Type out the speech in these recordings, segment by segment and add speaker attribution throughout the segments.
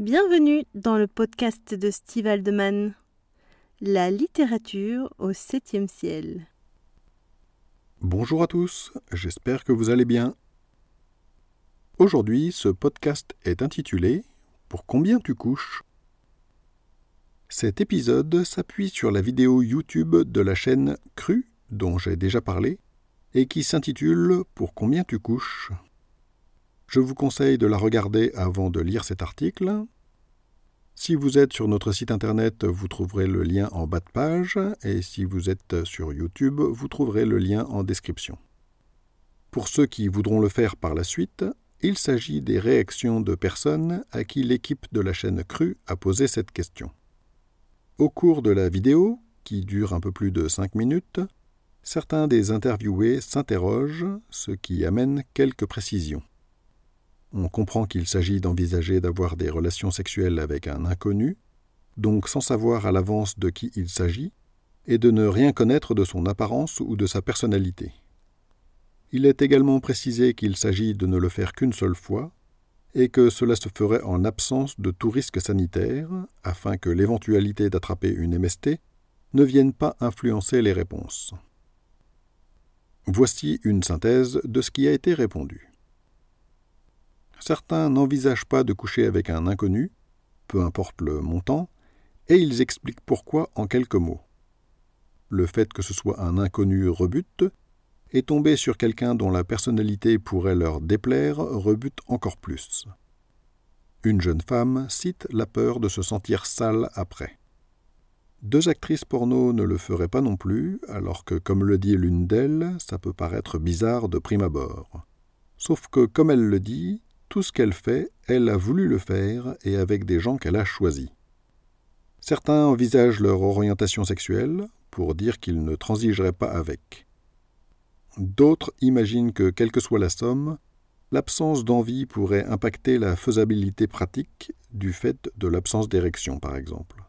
Speaker 1: Bienvenue dans le podcast de Steve Haldeman, la littérature au 7e ciel.
Speaker 2: Bonjour à tous, j'espère que vous allez bien. Aujourd'hui, ce podcast est intitulé « Pour combien tu couches ?» Cet épisode s'appuie sur la vidéo YouTube de la chaîne Cru, dont j'ai déjà parlé, et qui s'intitule « Pour combien tu couches ?» Je vous conseille de la regarder avant de lire cet article. Si vous êtes sur notre site internet, vous trouverez le lien en bas de page, et si vous êtes sur YouTube, vous trouverez le lien en description. Pour ceux qui voudront le faire par la suite, il s'agit des réactions de personnes à qui l'équipe de la chaîne Cru a posé cette question. Au cours de la vidéo, qui dure un peu plus de 5 minutes, certains des interviewés s'interrogent, ce qui amène quelques précisions. On comprend qu'il s'agit d'envisager d'avoir des relations sexuelles avec un inconnu, donc sans savoir à l'avance de qui il s'agit, et de ne rien connaître de son apparence ou de sa personnalité. Il est également précisé qu'il s'agit de ne le faire qu'une seule fois, et que cela se ferait en absence de tout risque sanitaire, afin que l'éventualité d'attraper une MST ne vienne pas influencer les réponses. Voici une synthèse de ce qui a été répondu. Certains n'envisagent pas de coucher avec un inconnu, peu importe le montant, et ils expliquent pourquoi en quelques mots. Le fait que ce soit un inconnu rebute, et tomber sur quelqu'un dont la personnalité pourrait leur déplaire rebute encore plus. Une jeune femme cite la peur de se sentir sale après. 2 actrices porno ne le feraient pas non plus, alors que, comme le dit l'une d'elles, ça peut paraître bizarre de prime abord. Sauf que, comme elle le dit, tout ce qu'elle fait, elle a voulu le faire et avec des gens qu'elle a choisis. Certains envisagent leur orientation sexuelle pour dire qu'ils ne transigeraient pas avec. D'autres imaginent que, quelle que soit la somme, l'absence d'envie pourrait impacter la faisabilité pratique du fait de l'absence d'érection, par exemple.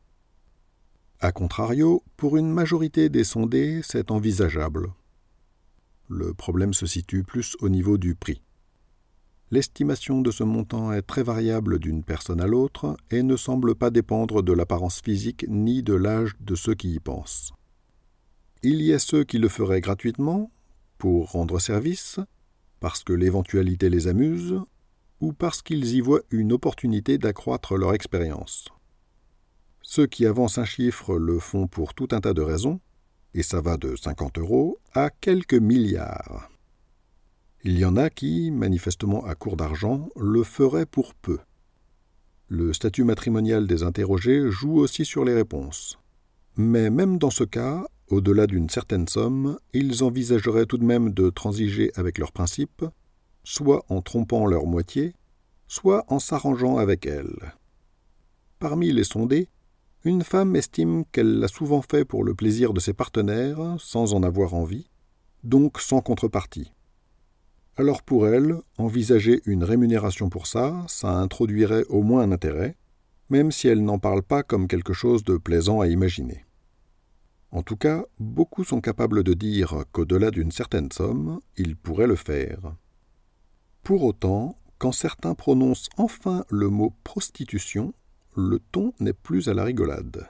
Speaker 2: A contrario, pour une majorité des sondés, c'est envisageable. Le problème se situe plus au niveau du prix. L'estimation de ce montant est très variable d'une personne à l'autre et ne semble pas dépendre de l'apparence physique ni de l'âge de ceux qui y pensent. Il y a ceux qui le feraient gratuitement, pour rendre service, parce que l'éventualité les amuse, ou parce qu'ils y voient une opportunité d'accroître leur expérience. Ceux qui avancent un chiffre le font pour tout un tas de raisons, et ça va de 50 € à quelques milliards. Il y en a qui, manifestement à court d'argent, le feraient pour peu. Le statut matrimonial des interrogés joue aussi sur les réponses. Mais même dans ce cas, au-delà d'une certaine somme, ils envisageraient tout de même de transiger avec leurs principes, soit en trompant leur moitié, soit en s'arrangeant avec elle. Parmi les sondés, une femme estime qu'elle l'a souvent fait pour le plaisir de ses partenaires, sans en avoir envie, donc sans contrepartie. Alors pour elle, envisager une rémunération pour ça introduirait au moins un intérêt, même si elle n'en parle pas comme quelque chose de plaisant à imaginer. En tout cas, beaucoup sont capables de dire qu'au-delà d'une certaine somme, ils pourraient le faire. Pour autant, quand certains prononcent enfin le mot « prostitution », le ton n'est plus à la rigolade.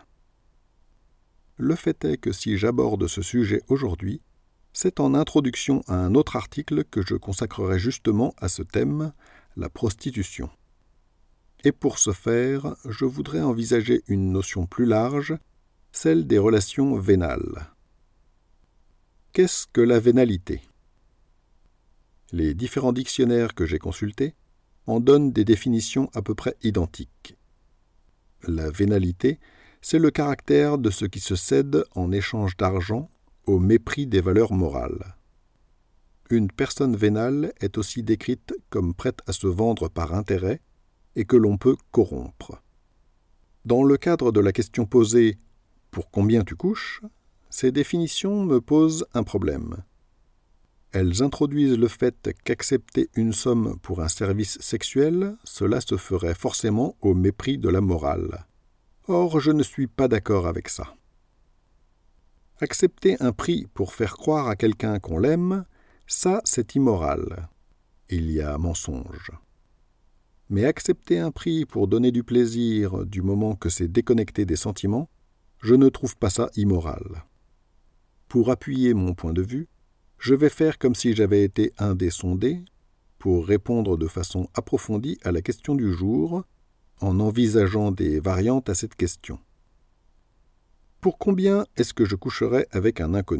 Speaker 2: Le fait est que si j'aborde ce sujet aujourd'hui, c'est en introduction à un autre article que je consacrerai justement à ce thème, la prostitution. Et pour ce faire, je voudrais envisager une notion plus large, celle des relations vénales. Qu'est-ce que la vénalité ? Les différents dictionnaires que j'ai consultés en donnent des définitions à peu près identiques. La vénalité, c'est le caractère de ce qui se cède en échange d'argent au mépris des valeurs morales. Une personne vénale est aussi décrite comme prête à se vendre par intérêt et que l'on peut corrompre. Dans le cadre de la question posée « Pour combien tu couches ?», ces définitions me posent un problème. Elles introduisent le fait qu'accepter une somme pour un service sexuel, cela se ferait forcément au mépris de la morale. Or, je ne suis pas d'accord avec ça. Accepter un prix pour faire croire à quelqu'un qu'on l'aime, ça c'est immoral. Il y a mensonge. Mais accepter un prix pour donner du plaisir du moment que c'est déconnecté des sentiments, je ne trouve pas ça immoral. Pour appuyer mon point de vue, je vais faire comme si j'avais été un des sondés pour répondre de façon approfondie à la question du jour en envisageant des variantes à cette question. Pour combien est-ce que je coucherais avec un inconnu ?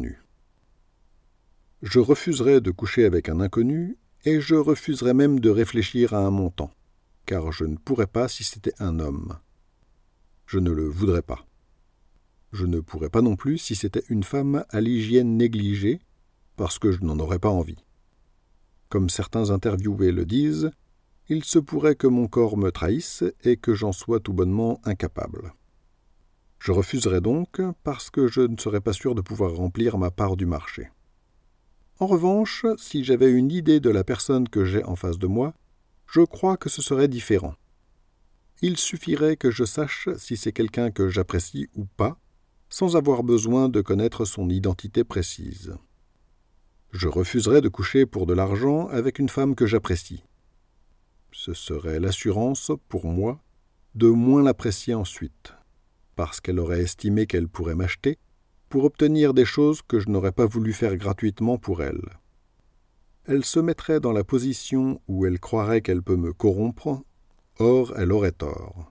Speaker 2: Je refuserais de coucher avec un inconnu et je refuserais même de réfléchir à un montant, car je ne pourrais pas si c'était un homme. Je ne le voudrais pas. Je ne pourrais pas non plus si c'était une femme à l'hygiène négligée, parce que je n'en aurais pas envie. Comme certains interviewés le disent, il se pourrait que mon corps me trahisse et que j'en sois tout bonnement incapable. Je refuserais donc parce que je ne serais pas sûr de pouvoir remplir ma part du marché. En revanche, si j'avais une idée de la personne que j'ai en face de moi, je crois que ce serait différent. Il suffirait que je sache si c'est quelqu'un que j'apprécie ou pas, sans avoir besoin de connaître son identité précise. Je refuserais de coucher pour de l'argent avec une femme que j'apprécie. Ce serait l'assurance, pour moi, de moins l'apprécier ensuite, parce qu'elle aurait estimé qu'elle pourrait m'acheter pour obtenir des choses que je n'aurais pas voulu faire gratuitement pour elle. Elle se mettrait dans la position où elle croirait qu'elle peut me corrompre, or elle aurait tort.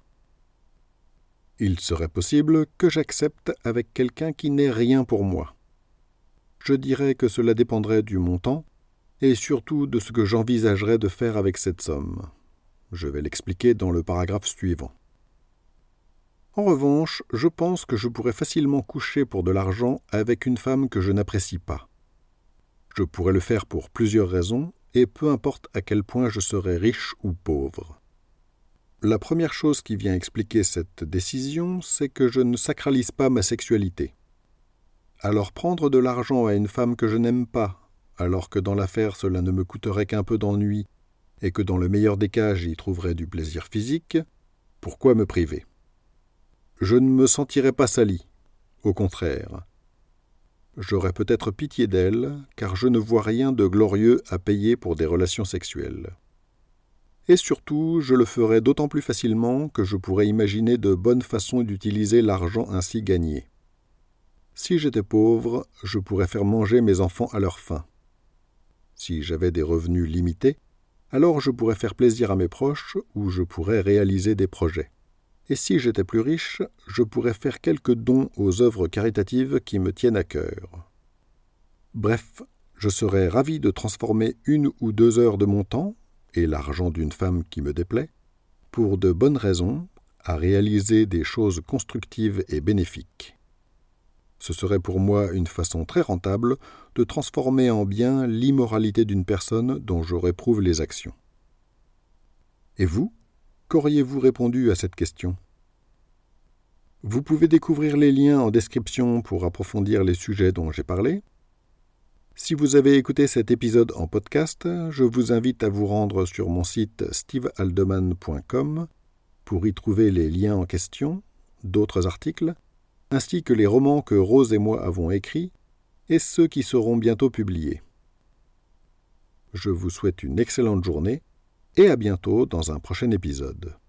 Speaker 2: Il serait possible que j'accepte avec quelqu'un qui n'est rien pour moi. Je dirais que cela dépendrait du montant et surtout de ce que j'envisagerais de faire avec cette somme. Je vais l'expliquer dans le paragraphe suivant. En revanche, je pense que je pourrais facilement coucher pour de l'argent avec une femme que je n'apprécie pas. Je pourrais le faire pour plusieurs raisons, et peu importe à quel point je serais riche ou pauvre. La première chose qui vient expliquer cette décision, c'est que je ne sacralise pas ma sexualité. Alors prendre de l'argent à une femme que je n'aime pas, alors que dans l'affaire cela ne me coûterait qu'un peu d'ennui, et que dans le meilleur des cas j'y trouverais du plaisir physique, pourquoi me priver ? Je ne me sentirais pas sali, au contraire. J'aurais peut-être pitié d'elle, car je ne vois rien de glorieux à payer pour des relations sexuelles. Et surtout, je le ferais d'autant plus facilement que je pourrais imaginer de bonnes façons d'utiliser l'argent ainsi gagné. Si j'étais pauvre, je pourrais faire manger mes enfants à leur faim. Si j'avais des revenus limités, alors je pourrais faire plaisir à mes proches ou je pourrais réaliser des projets. Et si j'étais plus riche, je pourrais faire quelques dons aux œuvres caritatives qui me tiennent à cœur. Bref, je serais ravi de transformer 1 ou 2 heures de mon temps, et l'argent d'une femme qui me déplaît, pour de bonnes raisons, à réaliser des choses constructives et bénéfiques. Ce serait pour moi une façon très rentable de transformer en bien l'immoralité d'une personne dont je réprouve les actions. Et vous, qu'auriez-vous répondu à cette question ? Vous pouvez découvrir les liens en description pour approfondir les sujets dont j'ai parlé. Si vous avez écouté cet épisode en podcast, je vous invite à vous rendre sur mon site stevehaldeman.com pour y trouver les liens en question, d'autres articles, ainsi que les romans que Rose et moi avons écrits et ceux qui seront bientôt publiés. Je vous souhaite une excellente journée et à bientôt dans un prochain épisode.